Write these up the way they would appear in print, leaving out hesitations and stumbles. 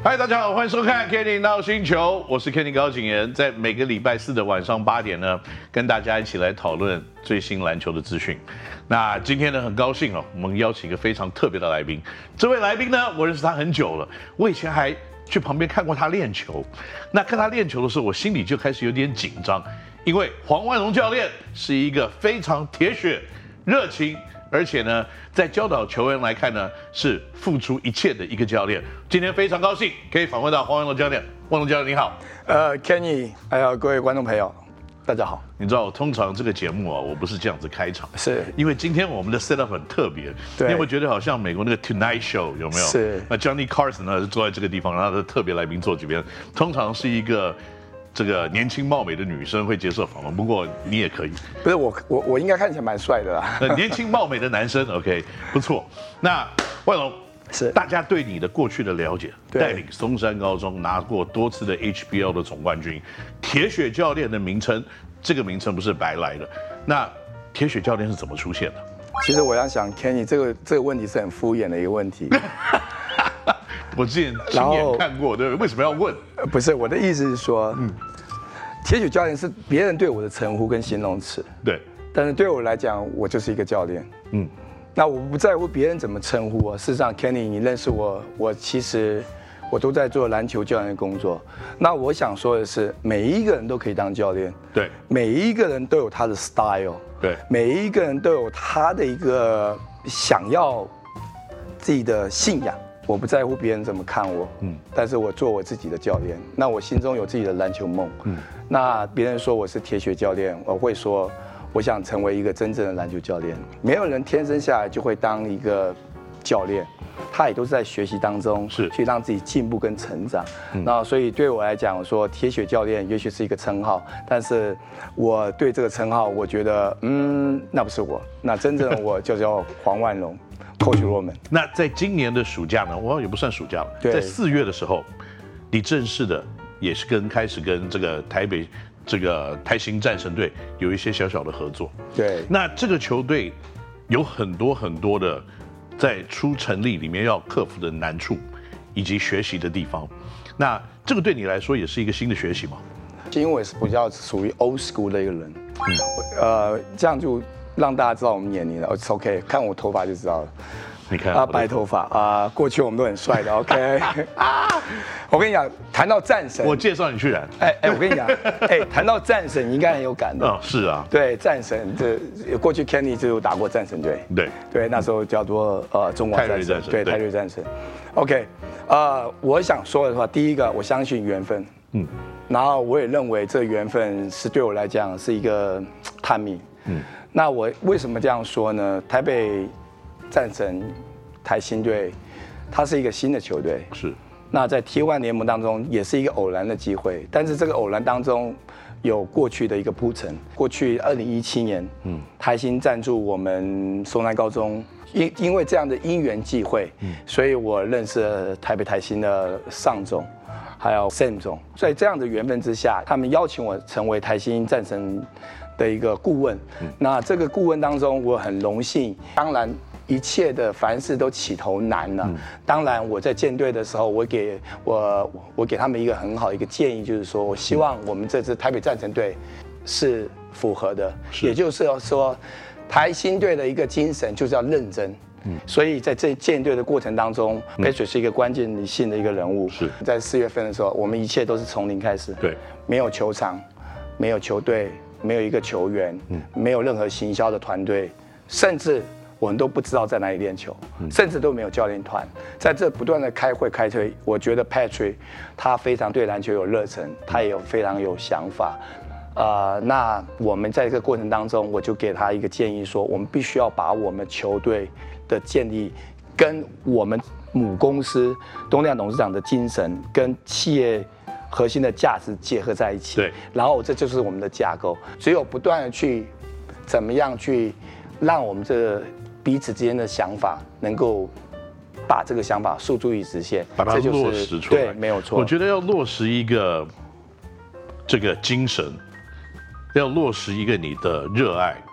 嗨，大家好，欢迎收看《Kenny 闹星球》，我是 Kenny 高景言，在每个礼拜四的晚上8点呢，跟大家一起来讨论最新篮球的资讯。那今天呢，很高兴哦，我们邀请一个非常特别的来宾。这位来宾呢，我认识他很久了，我以前还去旁边看过他练球。那看他练球的时候，我心里就开始有点紧张，因为黄万荣教练是一个非常铁血、热情。而且呢，在教导球员来看呢，是付出一切的一个教练。今天非常高兴可以访问到黄万荣教练。万荣教练你好 ，Kenny， 还有各位观众朋友，大家好。 你知道，通常这个节目啊，我不是这样子开场， 是因为今天我们的 setup 很特别。 对， 你有没有觉得好像美国那个 Tonight Show 有没有？ 是。 那 Johnny Carson 呢，坐在这个地方，然后他的特别来宾坐这边，通常是一个。这个年轻貌美的女生会接受访问，不过你也可以。 不是我应该看起来蛮帅的啦。 年轻貌美的男生 ，OK， 不错。那万荣是大家对你的过去的了解，带领松山高中拿过多次的 HBL 的总冠军，铁血教练的名称，这个名称不是白来的。那铁血教练是怎么出现的？ 其实我要想 Kenny 这个问题是很敷衍的一个问题。 我之前亲眼看过，对不对？为什么要问？ 不是，我的意思是说，铁血教练是别人对我的称呼跟形容词， 对。 但是对我来讲，我就是一个教练，那我不在乎别人怎么称呼我。事实上 ，Kenny， 你认识我，其实我都在做篮球教练的工作。那我想说的是，每一个人都可以当教练， 对。 每一个人都有他的 style， 对。 每一个人都有他的一个想要自己的信仰。我不在乎别人怎么看我，但是我做我自己的教练。那我心中有自己的篮球梦，那别人说我是铁血教练，我会说我想成为一个真正的篮球教练。没有人天生下来就会当一个教练，他也都是在学习当中去让自己进步跟成长。那所以对我来讲，我说铁血教练也许是一个称号，但是我对这个称号，我觉得那不是我，那真正我就叫黄万荣。Coach Roman。 那在今年的暑假呢，也不算暑假了，在4月的时候，你正式的也是开始跟这个台北这个台新战神队有一些小小的合作。 对。 那这个球队有很多的在成立里面要克服的难处，以及学习的地方。那这个对你来说也是一个新的学习吗？ 因为我是比较属于 old school 的一个人，这样就。让大家知道我们年龄了 ，It's OK， 看我头发就知道了。 你看白头发过去我们都很帅的 ，OK。我跟你讲，谈到战神， 我介绍你去染。 我跟你讲，谈到战神，你应该很有感的。 是啊。对， 战神过去 Kenny 就打过战神队。对，那时候叫做中华战神，对，泰瑞战神。OK， 我想说的话，第一个，我相信缘分。然后我也认为这缘分是对我来讲是一个探秘。那我为什么这样说呢？台北战神台新队，它是一个新的球队。 是。 那在 T1 联盟当中，也是一个偶然的机会。但是这个偶然当中，有过去的一个铺陈。过去2017年，台新赞助我们松山高中，因为这样的因缘际会，所以我认识了台北台新的尚总，还有 Sam 总。在这样的缘分之下，他们邀请我成为台新战神的一个顾问。那这个顾问当中，我很荣幸。当然，一切的凡事都起头难了。当然，我在建队的时候，我给他们一个很好的一个建议，就是说我希望我们这支台北战神队是符合的，也就是说，台新队的一个精神就是要认真。所以在这建队的过程当中，Patrick 是一个关键性的一个人物。在4月份的时候，我们一切都是从零开始。对，没有球场，没有球队。没有一个球员，没有任何行销的团队，甚至我们都不知道在哪里练球，甚至都没有教练团。在这不断的开会开推，我觉得 Patrick 他非常对篮球有热忱，他也非常有想法。那我们在这个过程当中，我就给他一个建议说，我们必须要把我们球队的建立跟我们母公司东亮董事长的精神跟企业核心的价值结合在一起，对，然后这就是我们的架构。只有不断的去怎么样去让我们这彼此之间的想法能够把这个想法诉诸于实现， 把它落实出来。 对，没有错。 我觉得要落实一个这个精神，要落实一个你的热爱，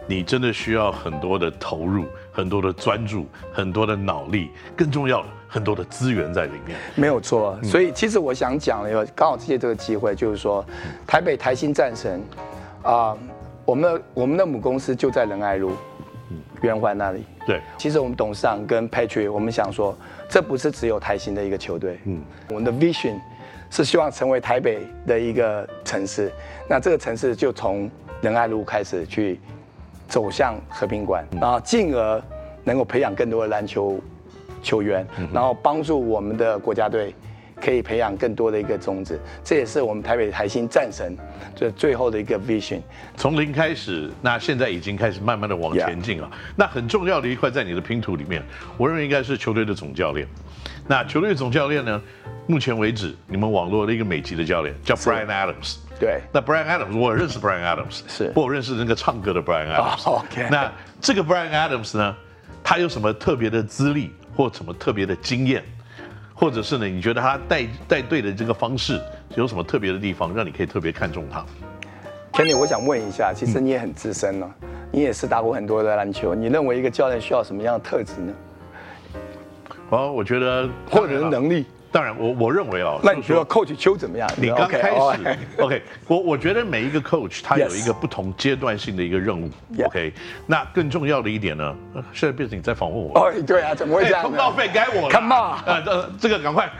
你真的需要很多的投入、很多的专注、很多的脑力，更重要的很多的资源在里面。 没有错，所以其实我想讲的，刚好借这个机会，就是说，台北台新战神我们的母公司就在仁爱路圆环那里。 对， 其实我们董事长跟 Patrick， 我们想说，这不是只有台新的一个球队，我们的 vision 是希望成为台北的一个城市。那这个城市就从仁爱路开始去走向和平馆，然后进而能够培养更多的篮球球员，然后帮助我们的国家队可以培养更多的一个种子。这也是我们台北台新战神这最后的一个 vision。 从零开始，那现在已经开始慢慢的往前进了。那很重要的一块在你的拼图里面，我认为应该是球队的总教练。那球队总教练呢，目前为止你们网络的一个美籍的教练叫 Brian Adams。 对， 那 Brian Adams 我认识 Brian Adams， 是， 我认识那个唱歌的 Brian Adams。那这个 Brian Adams 呢，他有什么特别的资历或什么特别的经验，或者是呢，你觉得他带队的这个方式有什么特别的地方，让你可以特别看重他 ？Kenny， 我想问一下，其实你也很资深了，你也是打过很多的篮球，你认为一个教练需要什么样的特质呢？ 我觉得或者是能力。 当然，我认为那你觉得 Coach 邱怎么样？ 你刚开始 ，OK， 我觉得每一个 Coach 他有一个不同阶段性的一个任务 ，OK。那更重要的一点呢，现在变成你在访问我。 哦，对啊，怎么会这样？ 通告费该我了。 Come on， 这个赶快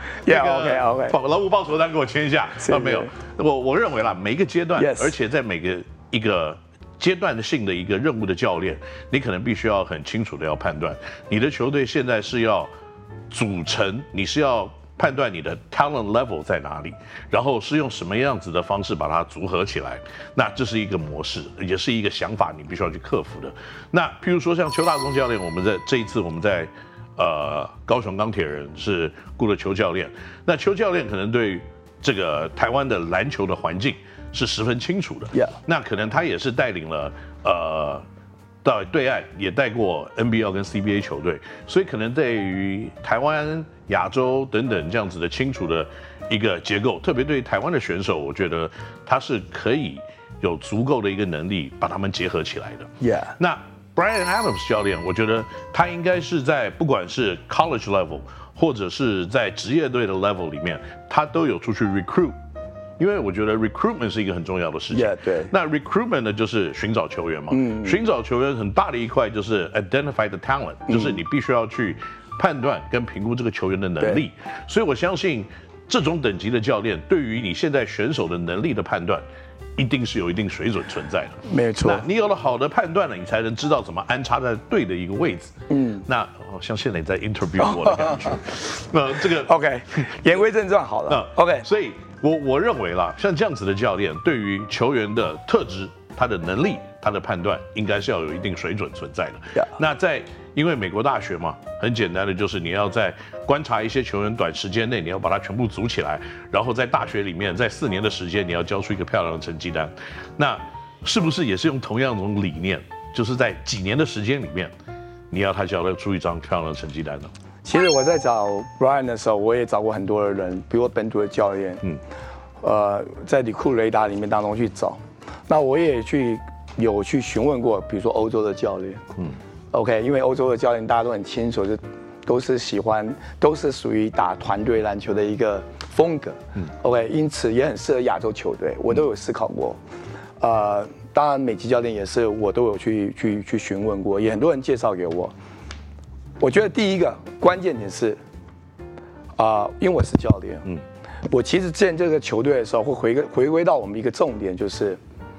，OK， 劳务报酬单给我签一下。没有，我认为啦，每一个阶段，而且在每个一个阶段性的一个任务的教练，你可能必须要很清楚的要判断，你的球队现在是要组成，你是要判断你的 talent level 在哪里，然后是用什么样子的方式把它组合起来。那这是一个模式，也是一个想法，你必须要去克服的。那譬如说像邱大中教练，我们在这一次我们在高雄钢铁人是雇了邱教练。那邱教练可能对这个台湾的篮球的环境是十分清楚的。那可能他也是带领了到对岸也带过 NBL 跟 CBA 球队，所以可能对于台湾、亚洲等等这样子的清楚的一个结构，特别对于台湾的选手，我觉得他是可以有足够的一个能力把他们结合起来的。那 Brian Adams 教练，我觉得他应该是在不管是 college level 或者是在职业队的 level 里面，他都有出去 recruit。因为我觉得 recruitment 是一个很重要的事情。 对。 那 recruitment 呢，就是寻找球员嘛。寻找球员很大的一块就是 identify the talent，就是你必须要去判断跟评估这个球员的能力。所以我相信这种等级的教练，对于你现在选手的能力的判断，一定是有一定水准存在的。 没错。 那你有了好的判断了，你才能知道怎么安插在对的一个位置。那像现在你在 interview 我的感觉。那这个 OK， 言归正传好了。OK， 所以。我认为啦，像这样子的教练，对于球员的特质、他的能力、他的判断，应该是要有一定水准存在的。那因为美国大学嘛，很简单的就是你要在观察一些球员短时间内，你要把它全部组起来，然后在大学里面，在4年的时间，你要交出一个漂亮的成绩单。那是不是也是用同样的理念，就是在几年的时间里面，你要他交出一张漂亮的成绩单呢？ 其实我在找 Brian 的时候，我也找过很多的人，比如本土的教练，在李库雷达里面当中去找。那我也有去询问过，比如说欧洲的教练，OK， 因为欧洲的教练大家都很清楚，都是属于打团队篮球的一个风格，OK， 因此也很适合亚洲球队，我都有思考过。当然美籍教练也是，我都有去询问过，也很多人介绍给我。我觉得第一个关键点是，因为我是教练，我其实建这个球队的时候，会回归到我们一个重点，就是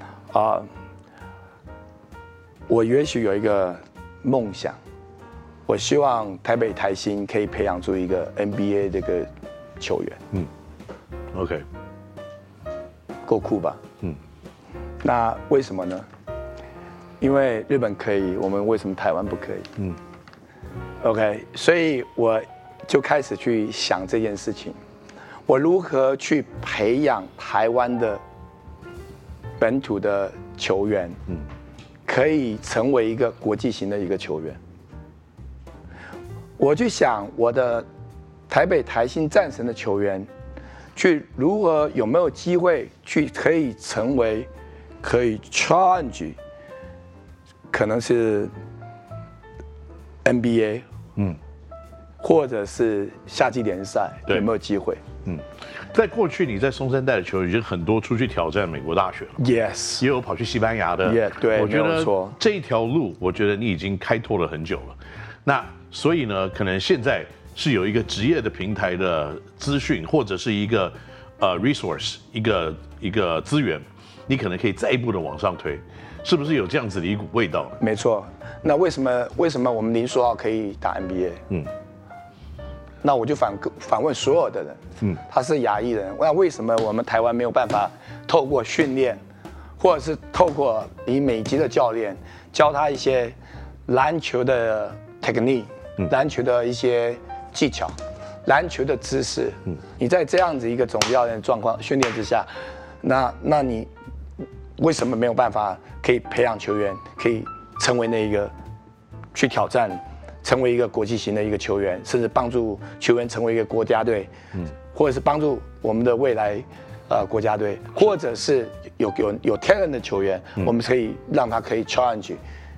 我也许有一个梦想，我希望台北台新可以培养出一个 NBA 这个球员。 OK， 够酷吧？那为什么呢？因为日本可以，我们为什么台湾不可以？OK， 所以我就开始去想这件事情，我如何去培养台湾的本土的球员，可以成为一个国际型的一个球员。我去想我的台北台新战神的球员，去如何有没有机会去可以成为可以 challenge 可能是 NBA， 或者是夏季联赛，有没有机会？ 在过去你在松山带的球员已经很多出去挑战美国大学了 ，Yes， 也有跑去西班牙的， 对， 我觉得没有错这条路，我觉得你已经开拓了很久了。那所以呢，可能现在是有一个职业的平台的资讯，或者是一个resource， 一个资源，你可能可以再一步的往上推，是不是有这样子的一股味道呢？ 没错。那为什么我们林书豪可以打 NBA？那我就反问所有的人，他是亚裔人，那为什么我们台湾没有办法透过训练，或者是透过以美籍的教练教他一些篮球的 technique，篮球的一些技巧，篮球的知识，你在这样子一个总教练状况训练之下，那你为什么没有办法可以培养球员，可以成为那一个去挑战？成为一个国际型的一个球员，甚至帮助球员成为一个国家队，或者是帮助我们的未来国家队，或者是有 talent 的球员，我们可以让他可以 challenge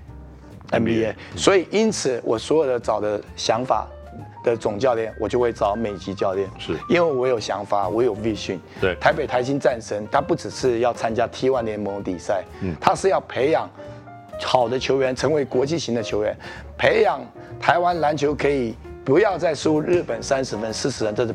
NBA。所以因此我所有的找的想法的总教练，我就会找美籍教练， 是因为我有想法，我有 vision。 对， 台北台新战神，他不只是要参加 T1 联盟比赛，他是要培养好的球员，成为国际型的球员，培养台湾篮球可以不要再输日本30分、40人，这是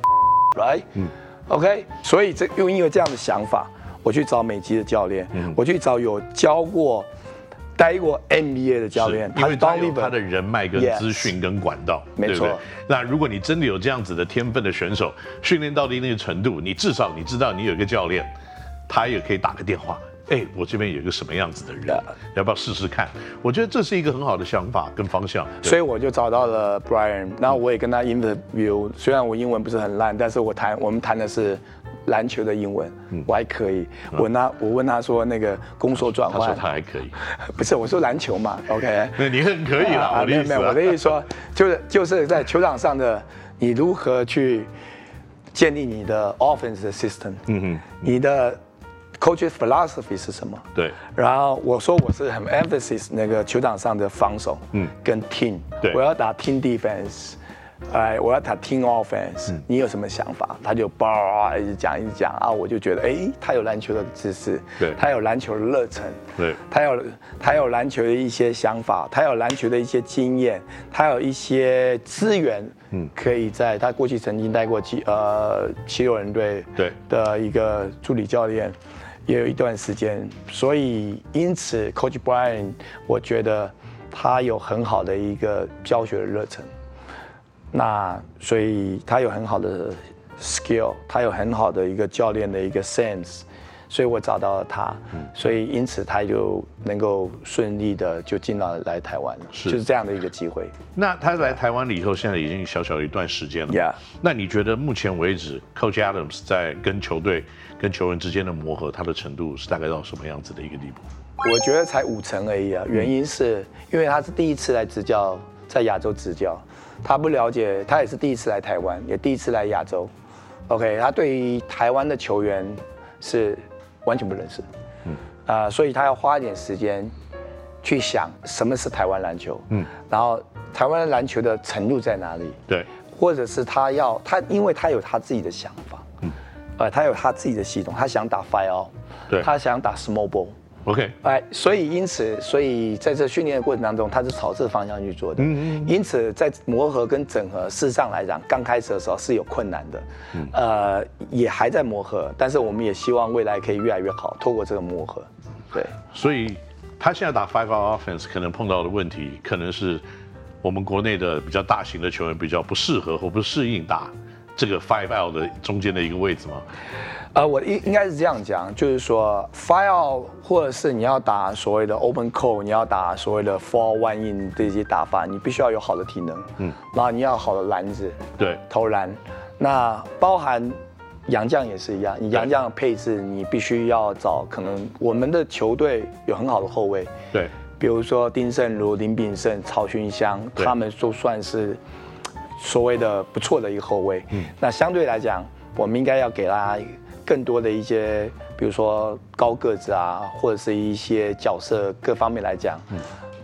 right？OK， 所以因为这样的想法，我去找美籍的教练，我去找有教过、待过 NBA 的教练， 因为他有他的人脉跟资讯跟管道， 没错。 那如果你真的有这样子的天分的选手，训练到的那个程度，你至少你知道你有一个教练，他也可以打个电话。我这边有一个什么样子的人，要不要试试看？我觉得这是一个很好的想法跟方向。 所以我就找到了 Brian， 然后我也跟他 interview。虽然我英文不是很烂，但是我们谈的是篮球的英文，我还可以。我问他说那个工作转换， 他说他还可以。 不是，我说篮球嘛 ，OK？ 那你很可以啦，我的意思。 没有，我的意思说，就是在球场上的你如何去建立你的 offense 的 system，你的Coach's philosophy 是什么？ 对。 然后我说我是很 emphasis 那个球场上的防守，跟 team， 对， 我要打 team defense， 我要打 team offense，你有什么想法？他就一直讲啊，我就觉得他有篮球的知识， 对， 他有篮球的热忱， 对， 他有篮球的一些想法，他有篮球的一些经验，他有一些资源，可以在他过去曾经带过七六人队的一个助理教练。也有一段时间，所以因此 Coach Brian， 我觉得他有很好的一个教学的热忱，那所以他有很好的 skill， 他有很好的一个教练的一个 sense， 所以我找到了他，所以因此他就能够顺利的就进来台湾了，就是这样的一个机会。 那他来台湾了以后，现在已经小小一段时间了。 Yeah。 那你觉得目前为止 ，Coach Adams 在跟球队、跟球员之间的磨合，他的程度是大概到什么样子的一个地步？ 我觉得才5成而已啊。原因是因为他是第一次来执教，在亚洲执教，他不了解，他也是第一次来台湾，也第一次来亚洲。OK， 他对于台湾的球员是完全不认识，所以他要花一点时间去想什么是台湾篮球，然后台湾的篮球的程度在哪里， 对， 或者是因为他有他自己的想法，他有他自己的系统，他想打 5-out， 对， 他想打 small ball。OK， 所以在这训练的过程当中，他是朝这个方向去做的。因此在磨合跟整合，事实上来讲，刚开始的时候是有困难的，也还在磨合，但是我们也希望未来可以越来越好，透过这个磨合。对， 所以他现在打 5-out offense 可能碰到的问题，可能是我们国内的比较大型的球员比较不适合或不适应打这个 5-out 的中间的一个位置吗？ 我应该是这样讲，就是说 5-out 或者是你要打所谓的 open court， 你要打所谓的 4-1-in 这些打法，你必须要有好的体能，然后你要有好的篮子， 对， 投篮，那包含洋将也是一样，你洋将的配置，你必须要找可能我们的球队有很好的后卫， 对， 比如说丁胜儒、林炳胜、曹勋香，他们都算是所谓的不错的一个后卫。那相对来讲，我们应该要给他更多的一些，比如说高个子啊，或者是一些角色各方面来讲，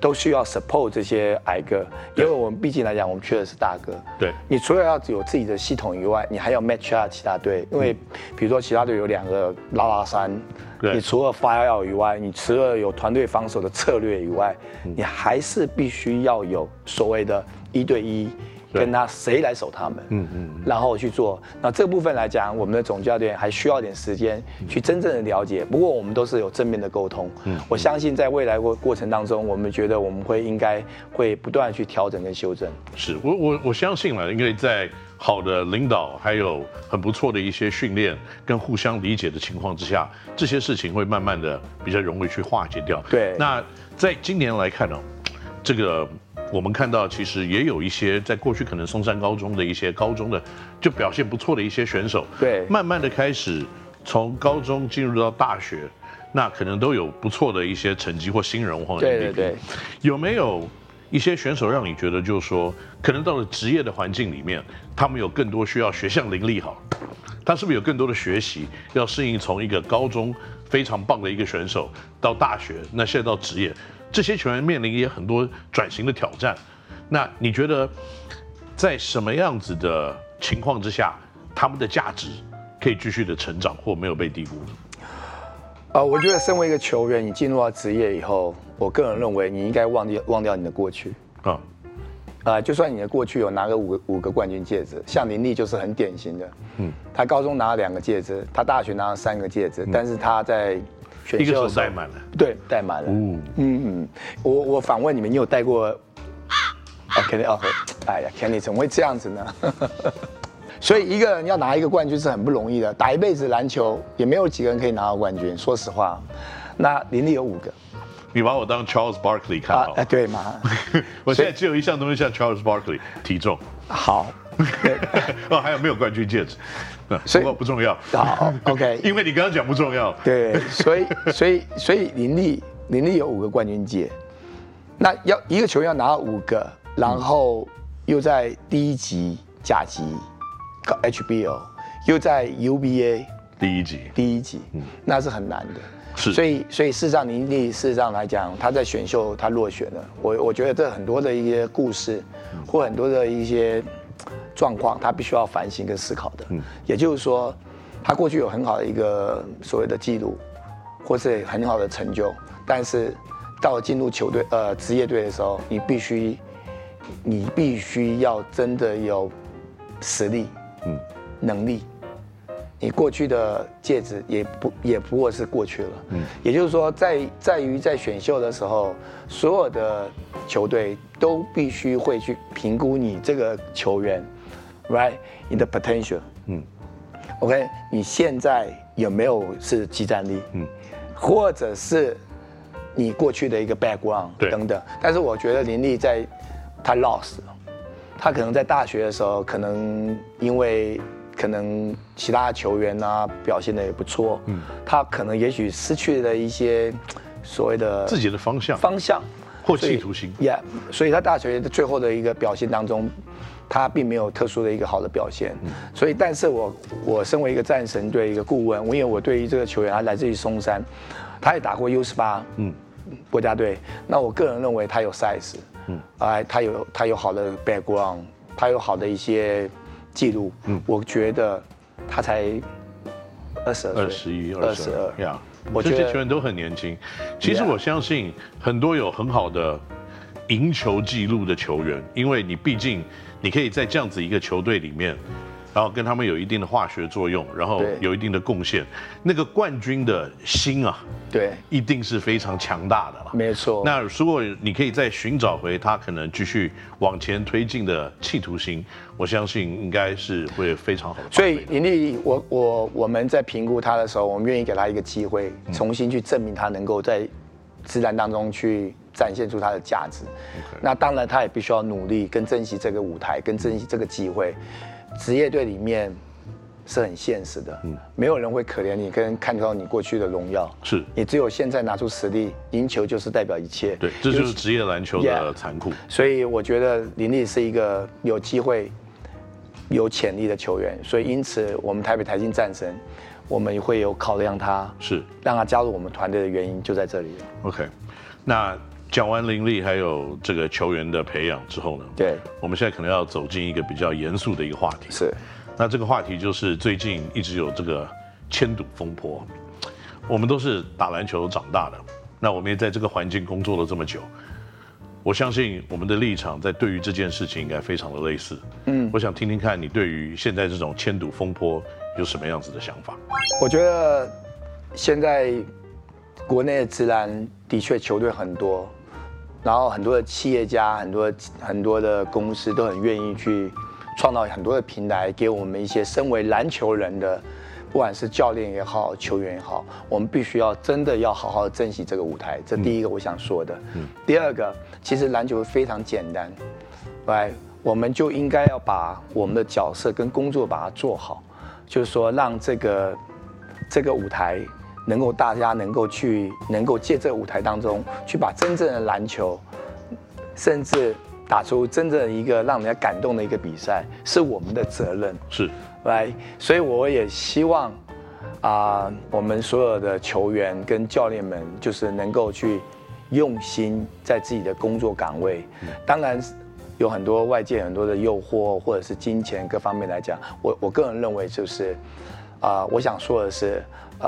都需要 support 这些矮个，因为我们毕竟来讲，我们缺的是大个。 对， 你除了要有自己的系统以外，你还要 match up 其他队，因为比如说其他队有2个拉拉山，你除了 fire 以外，你除了有团队防守的策略以外，你还是必须要有所谓的1对1。跟他谁来守他们，然后去做。那这部分来讲，我们的总教练还需要点时间去真正的了解。不过我们都是有正面的沟通。我相信在未来过程当中，我们觉得我们应该会不断的去调整跟修正。 是我相信了，因为在好的领导还有很不错的一些训练跟互相理解的情况之下，这些事情会慢慢的比较容易去化解掉。 对。 那在今年来看呢，这个。我们看到，其实也有一些在过去可能松山高中的一些高中的就表现不错的一些选手， 对， 慢慢的开始从高中进入到大学，那可能都有不错的一些成绩或新人或 MVP。 对， 有没有一些选手让你觉得就是说，可能到了职业的环境里面，他们有更多需要学，像林立好，他是不是有更多的学习，要适应从一个高中非常棒的一个选手到大学，那现在到职业？这些球员面临也很多转型的挑战，那你觉得在什么样子的情况之下，他们的价值可以继续的成长，或没有被低估呢？ 我觉得身为一个球员，你进入到职业以后，我个人认为你应该忘掉你的过去。就算你的过去有拿个五个冠军戒指，像林立就是很典型的。他高中拿了2个戒指，他大学拿了3个戒指，但是他在选秀的时候戴满了， 对，戴满了。我反问你们，你有戴过？Kenny，哎呀 ，Kenny 怎么会这样子呢？所以一个人要拿一个冠军是很不容易的，打一辈子篮球也没有几个人可以拿到冠军。说实话，那林立有5个。 你把我当 Charles Barkley 看好？ 对嘛？ 我现在只有一项东西像 Charles Barkley， 体重。 好。 还有没有冠军戒指？不过不重要。 好 ，OK。 因为你刚刚讲不重要。 对，所以林立有5个冠军戒，那要一个球员要拿到5个，然后又在第1级甲级 HBO， 又在 UBA 第一级，那是很难的。 是， 所以事实上林立事实上来讲，他在选秀他落选了。我觉得这很多的一些故事，或很多的一些状况，他必须要反省跟思考的。也就是说，他过去有很好的一个所谓的记录，或是很好的成就，但是到了进入球队职业队的时候，你必须要真的有实力，能力。你过去的戒指也不过是过去了，也就是说在于在选秀的时候，所有的球队都必须会去评估你这个球员 ，right， 你的 potential，OK， 你现在有没有是即战力，或者是你过去的一个 background 等等。但是我觉得林立他 lost 了，他可能在大学的时候，可能因为可能其他球员啊表现的也不错，他可能也许失去了一些所谓的自己的方向或企图心， 所以他大学的最后的一个表现当中，他并没有特殊的一个好的表现，所以但是我身为一个战神队一个顾问，因为我对于这个球员他来自于松山，他也打过 U18，国家队，那我个人认为他有 size，他有好的 background， 他有好的一些记录，我觉得他才22岁 ，21、22，这些球员都很年轻。其实我相信很多有很好的赢球记录的球员，因为你毕竟你可以在这样子一个球队里面，然后跟他们有一定的化学作用，然后有一定的贡献，那个冠军的心啊， 对， 一定是非常强大的了。 没错。那如果你可以再寻找回他可能继续往前推进的企图心，我相信应该是会非常好的。 所以林立，我们在评估他的时候，我们愿意给他一个机会，重新去证明他能够在职篮当中去展现出他的价值。那当然，他也必须要努力跟珍惜这个舞台，跟珍惜这个机会。职业队里面是很现实的，没有人会可怜你跟看到你过去的荣耀， 是你只有现在拿出实力，赢球就是代表一切。 对，这就是职业篮球的残酷。 所以我觉得林立是一个有机会、有潜力的球员，所以因此我们台北台金战神，我们会有考量他， 是让他加入我们团队的原因就在这里了。 OK， 那讲完林立还有这个球员的培养之后呢， 对， 我们现在可能要走进一个比较严肃的一个话题。 是， 那这个话题就是最近一直有这个签赌风波。我们都是打篮球长大的，那我们也在这个环境工作了这么久，我相信我们的立场在对于这件事情应该非常的类似。我想听听看你对于现在这种签赌风波有什么样子的想法？ 我觉得现在国内的职篮的确球队很多，然后很多的企业家、很多的公司都很愿意去创造很多的平台，给我们一些身为篮球人的，不管是教练也好、球员也好，我们必须要真的要好好珍惜这个舞台。这第一个我想说的。第二个，其实篮球非常简单，我们就应该要把我们的角色跟工作把它做好，就是说让这个舞台能够大家能够借这个舞台当中去把真正的篮球，甚至打出真正的一个让人家感动的一个比赛，是我们的责任。 是， 所以我也希望我们所有的球员跟教练们，就是能够去用心在自己的工作岗位。当然有很多外界很多的诱惑，或者是金钱各方面来讲，我个人认为就是我想说的是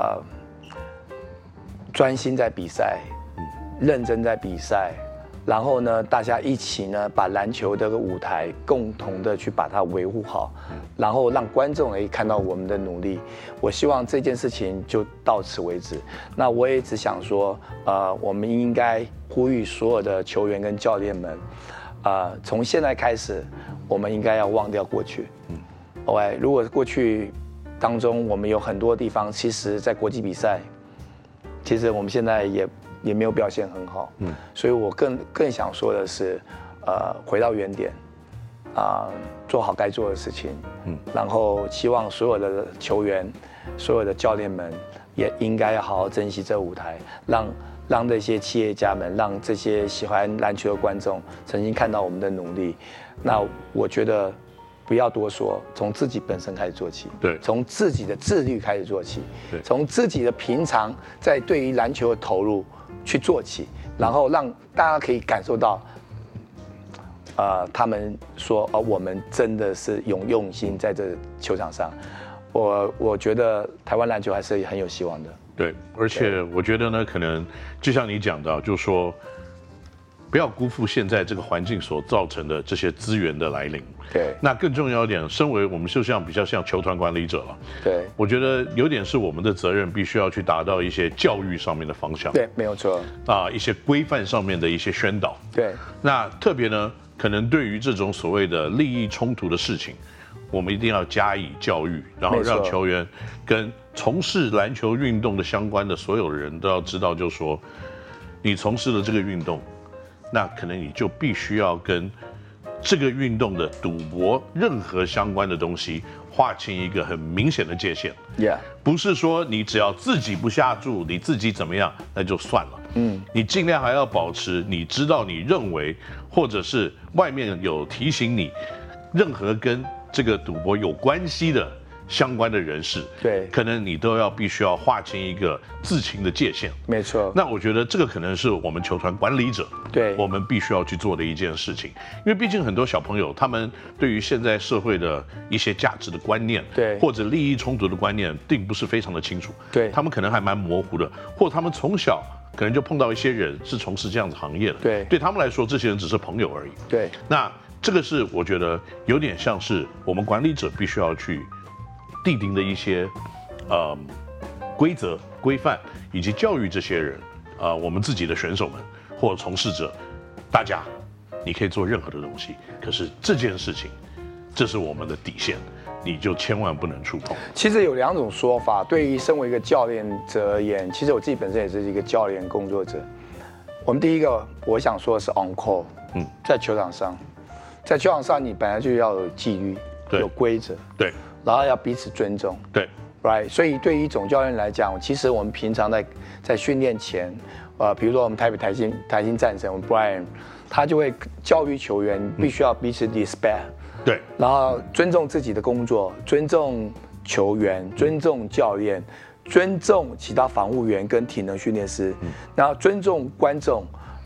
专心在比赛，认真在比赛，然后呢，大家一起呢把篮球这个舞台共同的去把它维护好，然后让观众可以看到我们的努力。我希望这件事情就到此为止。那我也只想说，我们应该呼吁所有的球员跟教练们，从现在开始，我们应该要忘掉过去。如果过去当中我们有很多地方，其实在国际比赛，其实我们现在也没有表现很好。所以我更想说的是，回到原点，做好该做的事情。然后希望所有的球员、所有的教练们也应该要好好珍惜这个舞台，让这些企业家们，让这些喜欢篮球的观众曾经看到我们的努力。那我觉得不要多说，从自己本身开始做起， 对， 从自己的自律开始做起， 对， 从自己的平常在对于篮球的投入去做起，然后让大家可以感受到，他们说我们真的是用心在这球场上。我觉得台湾篮球还是很有希望的。 对，而且我觉得呢，可能就像你讲的，就是说不要辜负现在这个环境所造成的这些资源的来临。 对， 那更重要一点，身为我们就像比较像球团管理者了。 对， 我觉得有点是我们的责任，必须要去达到一些教育上面的方向。 对，没有错。 一些规范上面的一些宣导。 对， 那特别呢，可能对于这种所谓的利益冲突的事情，我们一定要加以教育，然后让球员跟从事篮球运动的相关的所有的人都要知道，就是说，你从事了这个运动，那可能你就必须要跟这个运动的赌博任何相关的东西划清一个很明显的界限。不是说你只要自己不下注，你自己怎么样那就算了。你尽量还要保持你知道你认为，或者是外面有提醒你，任何跟这个赌博有关系的相关的人士， 对， 可能你都必须要划清一个自清的界限。 没错。 那我觉得这个可能是我们球团管理者， 对， 我们必须要去做的一件事情。因为毕竟很多小朋友，他们对于现在社会的一些价值的观念， 对， 或者利益冲突的观念，并不是非常的清楚。 对， 他们可能还蛮模糊的，或他们从小可能就碰到一些人是从事这样子行业的。 对， 对他们来说，这些人只是朋友而已。 对， 那这个是我觉得有点像是我们管理者必须要去定定的一些规则、规范，以及教育这些人，我们自己的选手们或从事者，大家，你可以做任何的东西，可是这件事情，这是我们的底线，你就千万不能触碰。 其实有两种说法，对于身为一个教练者而言，其实我自己本身也是一个教练工作者。我们第一个我想说的是 on call，在球场上。在球场上，你本来就要有纪律，有规则， 对， 然后要彼此尊重， 对 ，right。所以对于总教练来讲，其实我们平常在训练前，比如说我们台新战神，我们 Brian， 他就会教育球员必须要彼此 respect， 对， 然后尊重自己的工作，尊重球员，尊重教练，尊重其他防护员跟体能训练师，然后尊重观众。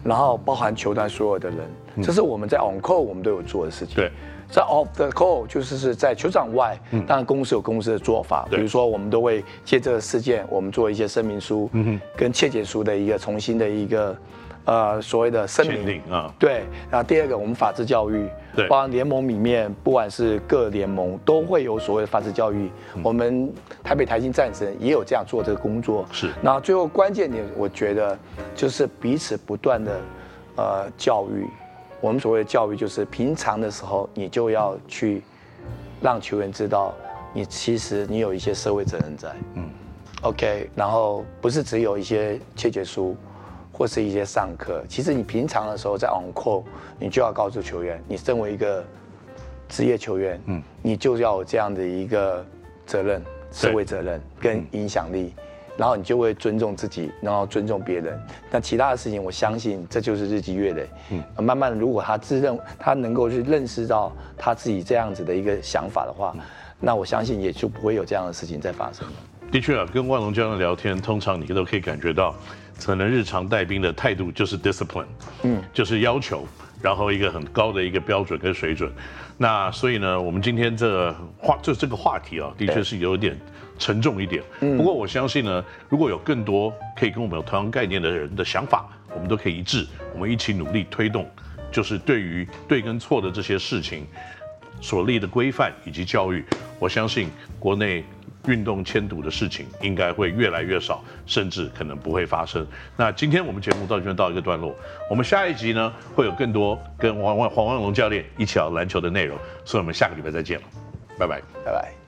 然后包含球团所有的人，这是我们在 on call 我们都有做的事情。 对， 在 off the call 就是在球场外，当然公司有公司的做法，比如说我们都会借这个事件，我们做一些声明书，跟切结书的一个重新的一个所谓的声明啊。 对，然后第二个我们法治教育。 对， 包含联盟里面，不管是各联盟都会有所谓的法治教育。我们台北台新战神也有这样做这个工作。 是。 然后最后关键点，我觉得就是彼此不断的教育。我们所谓的教育，就是平常的时候，你就要去让球员知道，其实你有一些社会责任在。OK， 然后不是只有一些切结书。或是一些上课，其实你平常的时候在 on call， 你就要告诉球员，你身为一个职业球员，你就要有这样的一个责任、社会责任跟影响力，然后你就会尊重自己，然后尊重别人。那其他的事情，我相信这就是日积月累。慢慢的，如果他能够去认识到他自己这样子的一个想法的话，那我相信也就不会有这样的事情再发生了。 的确啊，跟万隆教练聊天，通常你都可以感觉到。可能日常带兵的态度就是 discipline， 就是要求，然后一个很高的一个标准跟水准。那所以呢，我们今天这个话题啊，的确是有点沉重一点。不过我相信呢，如果有更多可以跟我们有同样概念的人的想法，我们都可以一致，我们一起努力推动，就是对于对跟错的这些事情所立的规范以及教育，我相信国内。运动迁赌的事情应该会越来越少，甚至可能不会发生。那今天我们节目到这边到一个段落，我们下一集呢会有更多跟黄万隆教练一起聊篮球的内容，所以我们下个礼拜再见了，拜拜， 拜拜。